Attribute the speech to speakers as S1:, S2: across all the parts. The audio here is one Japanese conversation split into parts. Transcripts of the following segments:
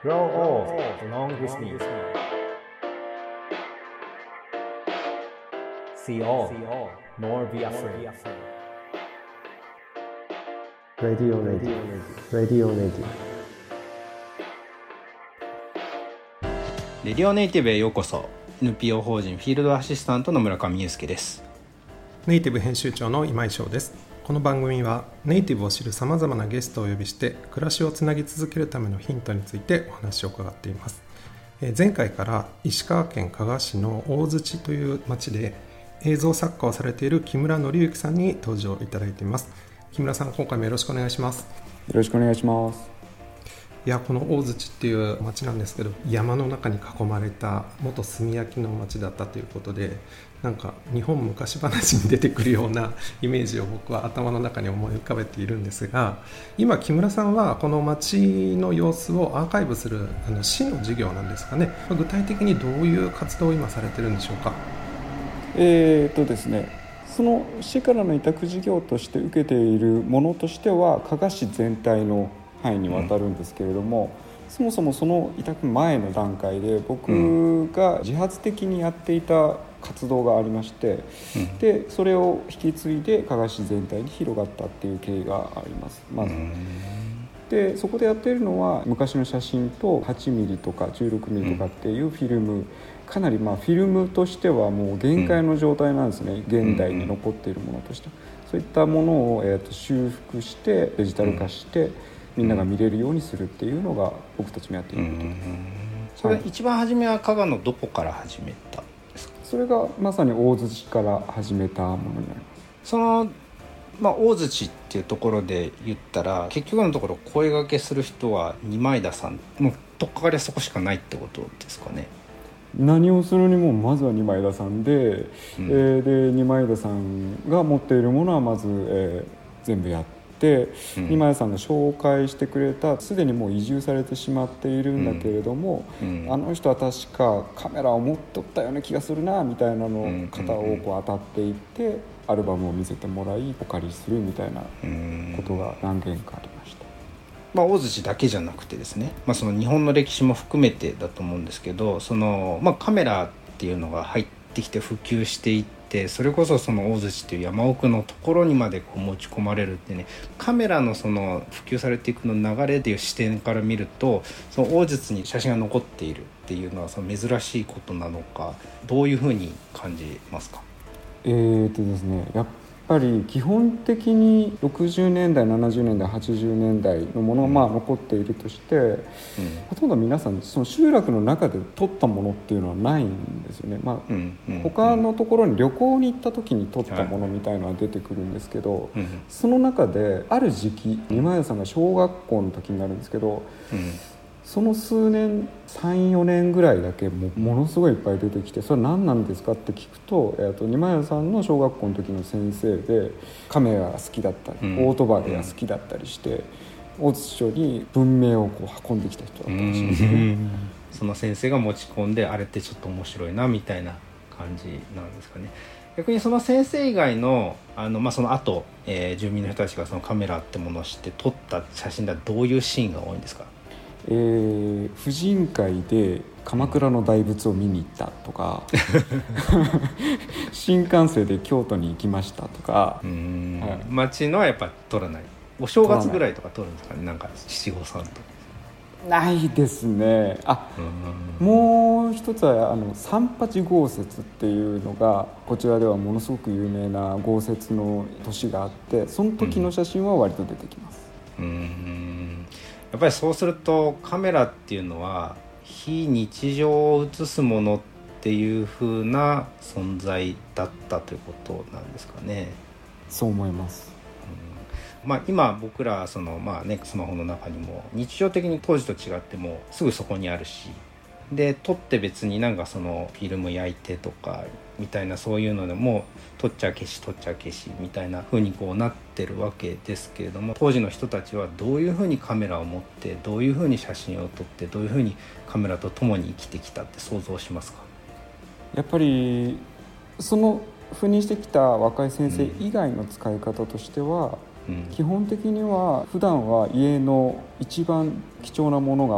S1: Grow old along with me. See all, nor be afraid.
S2: Radio Native Radio Native
S3: レディオネイティブへようこそ。 NPO 法人フィールドアシスタントの村上裕介です。
S4: ネイティブ編集長の今井翔です。この番組はネイティブを知るさまざまなゲストをお呼びして暮らしをつなぎ続けるためのヒントについてお話を伺っています。前回から石川県加賀市の大槌という町で映像作家をされている木村紀之さんに登場いただいています。木村さん、今回もよろしくお願いします。
S5: よろしくお願いします。
S4: いや、この大槌っていう町なんですけど、山の中に囲まれた元炭焼きの町だったということで、なんか日本昔話に出てくるようなイメージを僕は頭の中に思い浮かべているんですが、今木村さんはこの町の様子をアーカイブする市の事業なんですかね。具体的にどういう活動を今されてるんでしょうか。
S5: ですね、その市からの委託事業として受けているものとしては加賀市全体の範囲にわたるんですけれども、そもそもその委託前の段階で僕が自発的にやっていた活動がありまして、でそれを引き継いで加賀市全体に広がったっていう経緯があります。まずでそこでやっているのは昔の写真と8ミリとか16ミリとかっていうフィルム、かなりフィルムとしてはもう限界の状態なんですね、現代に残っているものとして。そういったものを、修復してデジタル化して、みんなが見れるようにするっていうのが僕たちのやっていることです。
S3: それ一番初めは加賀のどこから始めたんですか？
S5: それがまさに大槌から始めたものになります。
S3: その大槌っていうところで言ったら、結局のところ声掛けする人は二枚田さん、もうとっかかりはそこしかないってことですかね。
S5: 何をするにもまずは二枚田さんで、で二枚田さんが持っているものはまず、全部やって、二枚田さんが紹介してくれたすでにもう移住されてしまっているんだけれども、あの人は確かカメラを持っとったような気がするなみたいなの方をこう当たっていって、アルバムを見せてもらいお借りするみたいなことが何件かありました。
S3: 大槌だけじゃなくてですね、その日本の歴史も含めてだと思うんですけど、その、カメラっていうのが入ってきて普及していって、それこそその大槌っていう山奥のところにまでこう持ち込まれるってね、カメラのその普及されていくの流れっていう視点から見ると、その大槌に写真が残っているっていうのはその珍しいことなのか、どういうふうに感じますか？
S5: ですね、やっぱり基本的に60年代70年代80年代のものが残っているとして、ほとんど皆さんその集落の中で撮ったものっていうのはないんですよね。他のところに旅行に行った時に撮ったものみたいのは出てくるんですけど、その中である時期、二枚田さんが小学校の時になるんですけど、その数年 3,4 年ぐらいだけものすごいいっぱい出てきて、それは何なんですかって聞くと、二枚田さんの小学校の時の先生でカメラが好きだったり、オートバイが好きだったりして、大槌町に文明をこう運んできた人だったらしいですね。
S3: その先生が持ち込んで、あれってちょっと面白いなみたいな感じなんですかね。逆にその先生以外のその後、住民の人たちがそのカメラってものを知って撮った写真ではどういうシーンが多いんですか？
S5: 婦人会で鎌倉の大仏を見に行ったとか新幹線で京都に行きましたとか、
S3: 町のはやっぱ撮らない。お正月ぐらいとか撮るんですかね。なんか七五三と
S5: ないですね。もう一つは三八豪雪っていうのがこちらではものすごく有名な豪雪の年があって、その時の写真は割と出てきます。
S3: やっぱりそうするとカメラっていうのは非日常を映すものっていう風な存在だったということなんですかね。
S5: そう思います。
S3: 今僕らそのスマホの中にも日常的に当時と違ってもすぐそこにあるし、で撮って別になんかそのフィルム焼いてとかみたいな、そういうのでも撮っちゃ消しみたいな風にこうなってるわけですけれども、当時の人たちはどういう風にカメラを持って、どういう風に写真を撮って、どういう風にカメラと共に生きてきたって想像しますか？
S5: やっぱりその赴任してきた若い先生以外の使い方としては、基本的には普段は家の一番貴重なものが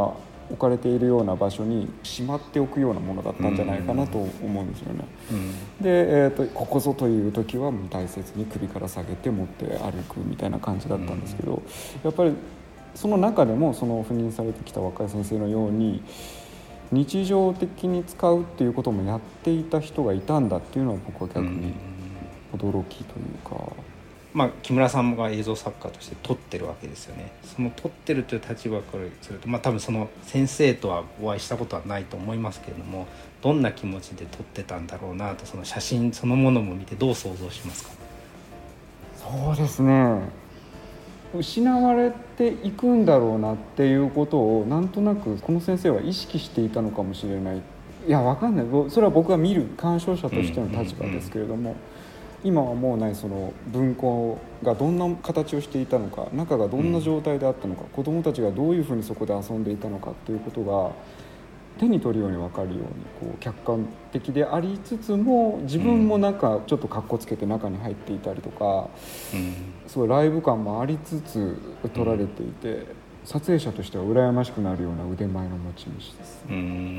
S5: 置かれているような場所にしまっておくようなものだったんじゃないかなと思うんですよね。で、ここぞという時はもう大切に首から下げて持って歩くみたいな感じだったんですけど、やっぱりその中でもその赴任されてきた若い先生のように日常的に使うっていうこともやっていた人がいたんだっていうのは僕は逆に驚きというか、
S3: 木村さんが映像作家として撮ってるわけですよね。その撮ってるという立場からすると、多分その先生とはお会いしたことはないと思いますけれども、どんな気持ちで撮ってたんだろうなと、その写真そのものも見てどう想像しますか？
S5: そうですね、失われていくんだろうなっていうことをなんとなくこの先生は意識していたのかもしれない。いや、分かんない、それは僕が見る鑑賞者としての立場ですけれども、今はもうないその文庫がどんな形をしていたのか、中がどんな状態であったのか、子どもたちがどういうふうにそこで遊んでいたのかっていうことが手に取るように分かるようにこう客観的でありつつも、自分もなんかちょっとカッコつけて中に入っていたりとか、すごいライブ感もありつつ撮られていて、撮影者としては羨ましくなるような腕前の持ち主です。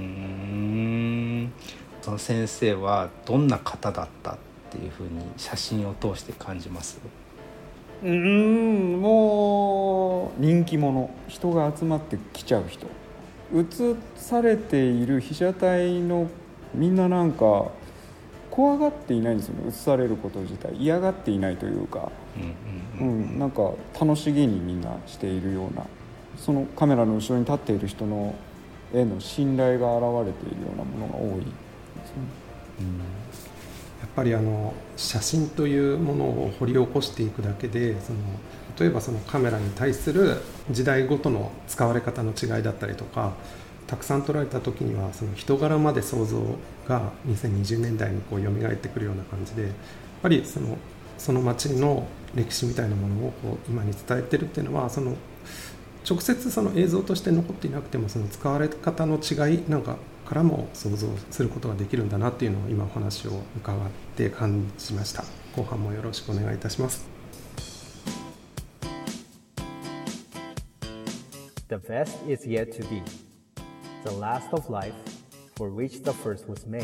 S3: その先生はどんな方だったっていうふうに写真を通して感じます？
S5: もう人気者、人が集まってきちゃう人、映されている被写体のみんななんか怖がっていないんですよね。映されること自体嫌がっていないというか、なんか楽しげにみんなしているような、そのカメラの後ろに立っている人のへの信頼が現れているようなものが多いですね。
S4: やっぱり写真というものを掘り起こしていくだけで、例えばそのカメラに対する時代ごとの使われ方の違いだったりとか、たくさん捉えた時にはその人柄まで想像が2020年代にこう蘇ってくるような感じで、やっぱりその街の歴史みたいなものをこう今に伝えてるっていうのは、直接その映像として残っていなくても、その使われ方の違いなんかからも想像することができるんだなっていうのを今お話を伺って感じました。後半もよろしくお願いいたします。
S1: The best is yet to be, the last of life for which the first was made.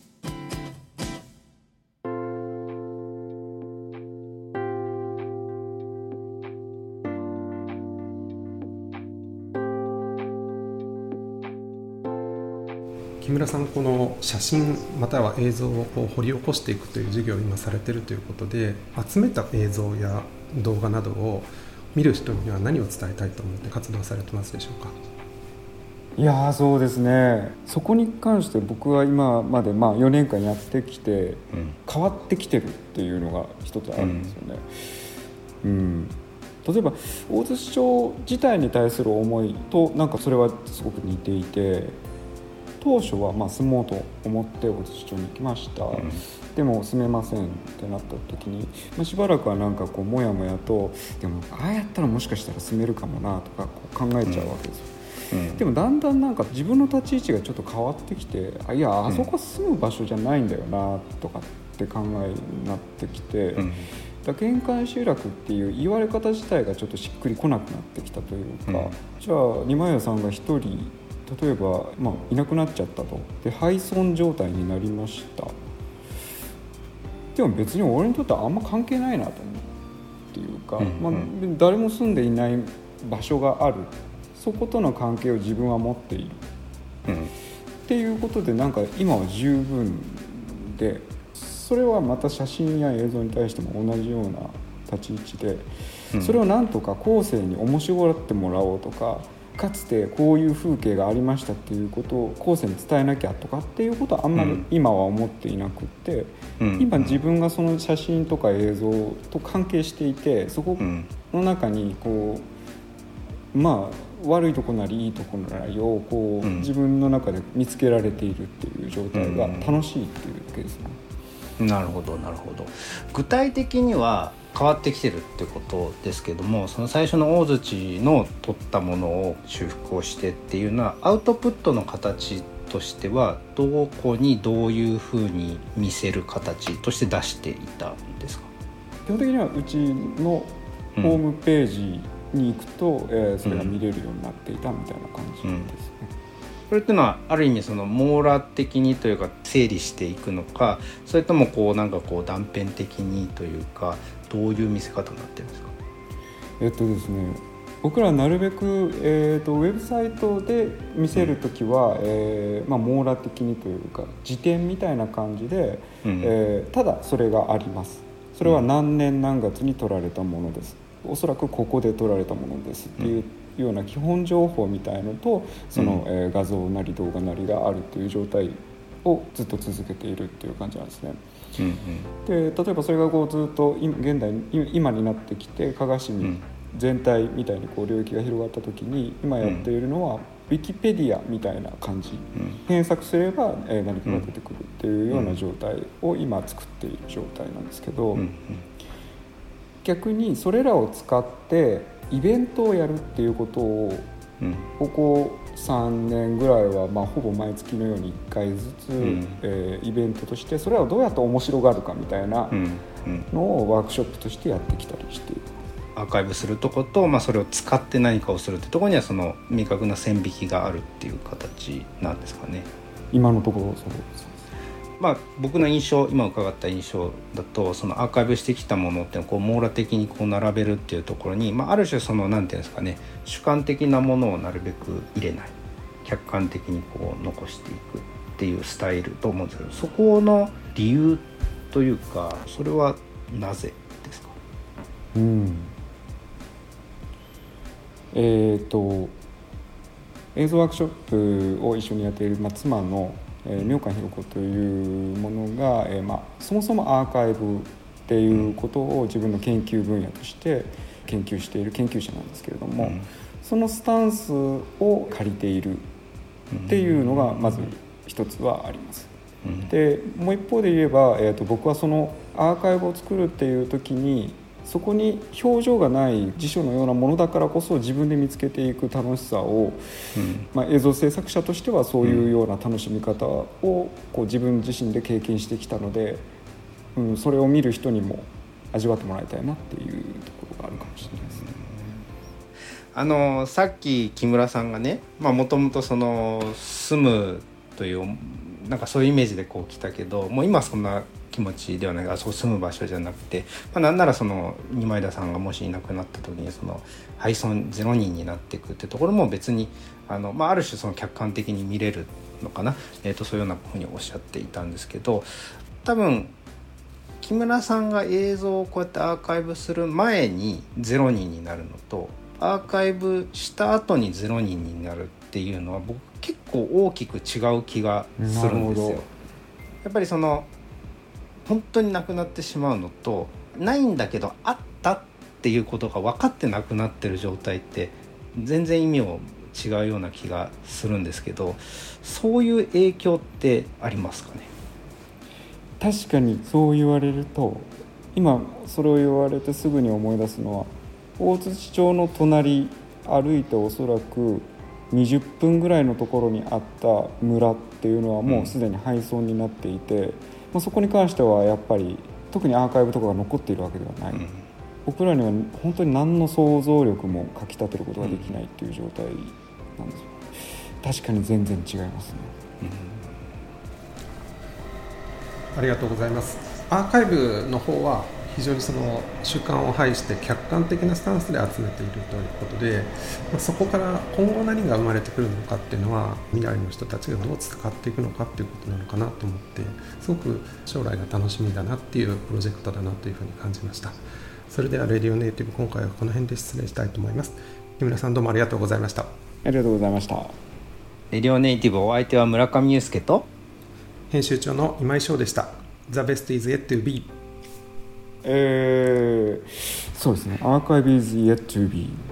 S4: 木村さん、この写真または映像をこう掘り起こしていくという授業を今されているということで、集めた映像や動画などを見る人には何を伝えたいと思って活動されてますでしょうか？
S5: いや、そうですね、そこに関して僕は今まで4年間やってきて、変わってきてるっていうのが一つあるんですよね。例えば大津市長自体に対する思いとなんかそれはすごく似ていて、当初は住もうと思って大津市長に行きました。でも住めませんってなった時に、しばらくはなんかこうもやもやと、でもああやったらもしかしたら住めるかもなとかこう考えちゃうわけですよ。でもだんだんなんか自分の立ち位置がちょっと変わってきて、いやあそこ住む場所じゃないんだよなとかって考えになってきて、限界集落っていう言われ方自体がちょっとしっくりこなくなってきたというか、じゃあ二枚屋さんが一人例えば、いなくなっちゃったと、で廃村状態になりました。でも別に俺にとってはあんま関係ないなと思うっていうか、誰も住んでいない場所がある、そことの関係を自分は持っている、っていうことでなんか今は十分で、それはまた写真や映像に対しても同じような立ち位置で、それをなんとか後世に面白がってもらおうとか、かつてこういう風景がありましたっていうことを後世に伝えなきゃとかっていうことはあんまり今は思っていなくって、今自分がその写真とか映像と関係していて、そこの中にこう悪いとこなりいいとこなりをこう自分の中で見つけられているっていう状態が楽しいっていうわけですね。
S3: なるほどなるほど。具体的には変わってきてるってことですけども、その最初の大槌の撮ったものを修復をしてっていうのはアウトプットの形としてはどこにどういうふうに見せる形として出していたんですか？
S5: 基本的にはうちのホームページに行くと、それが見れるようになっていたみたいな感じですね。
S3: それってのはある意味その網羅的にというか整理していくのか、それともこうなんかこう断片的にというか、どういう見せ方になってるんですか？
S5: ですね、僕らなるべく、ウェブサイトで見せるときは、網羅的にというか辞典みたいな感じで、ただそれがあります。それは何年何月に撮られたものです、おそらくここで撮られたものですっていうような基本情報みたいのと、その、画像なり動画なりがあるという状態をずっと続けているっていう感じなんですね。で例えばそれがこうずっと現代今になってきて加賀市全体みたいにこう領域が広がった時に今やっているのは、ウィキペディアみたいな感じ、検索すれば、何かが出てくるっていうような状態を今作っている状態なんですけど、逆にそれらを使ってイベントをやるっていうことを、ここ3年ぐらいは、ほぼ毎月のように1回ずつ、イベントとしてそれをどうやって面白がるかみたいなのをワークショップとしてやってきたりしている。
S3: アーカイブするとこと、それを使って何かをするってところにはその明確な線引きがあるっていう形なんですかね。
S5: 今のところそうです。
S3: 僕の印象、今伺った印象だと、そのアーカイブしてきたものってこう網羅的にこう並べるっていうところに、ある種そのなんていうんですかね、主観的なものをなるべく入れない、客観的にこう残していくっていうスタイルと思うんですけど、そこの理由というか、それはなぜですか？
S5: 映像ワークショップを一緒にやっている、妻の明観ひろ子というものが、そもそもアーカイブっていうことを自分の研究分野として研究している研究者なんですけれども、そのスタンスを借りているっていうのがまず一つはあります。でもう一方で言えば、僕はそのアーカイブを作るっていう時に、そこに表情がない辞書のようなものだからこそ自分で見つけていく楽しさを、映像制作者としてはそういうような楽しみ方をこう自分自身で経験してきたので、それを見る人にも味わってもらいたいなっていうところがあるかもしれないですね。
S3: さっき木村さんがね、もともとその住むというなんかそういうイメージでこう来たけど、もう今そんな気持ちではない、そう住む場所じゃなくて、なんならその二枚田さんがもしいなくなった時にその廃村0人になっていくってところも別にある種その客観的に見れるのかな、そういうようなふうにおっしゃっていたんですけど、多分木村さんが映像をこうやってアーカイブする前に0人になるのと、アーカイブした後に0人になるっていうのは僕結構大きく違う気がするんですよ。やっぱりその本当になくなってしまうのと、ないんだけどあったっていうことが分かってなくなってる状態って全然意味を違うような気がするんですけど、そういう影響ってありますかね？
S5: 確かにそう言われると、今それを言われてすぐに思い出すのは、大槌町の隣歩いておそらく20分ぐらいのところにあった村っていうのはもうすでに廃村になっていて、そこに関してはやっぱり特にアーカイブとかが残っているわけではない、僕らには本当に何の想像力もかき立てることができないっていう状態なんですよ。確かに全然違いますね。
S4: ありがとうございます。アーカイブの方は非常にその主観を排して客観的なスタンスで集めているということで、そこから今後何が生まれてくるのかっていうのは、未来の人たちがどう使っていくのかっていうことなのかなと思って、すごく将来が楽しみだなっていうプロジェクトだなというふうに感じました。それではレディオネイティブ、今回はこの辺で失礼したいと思います。木村さん、どうもありがとうございました。
S5: ありがとうございました。
S3: レディオネイティブ、お相手は村上裕介と
S4: 編集長の今井翔でした。 The best is yet to be。
S5: そうですね、アーカイブ is yet to be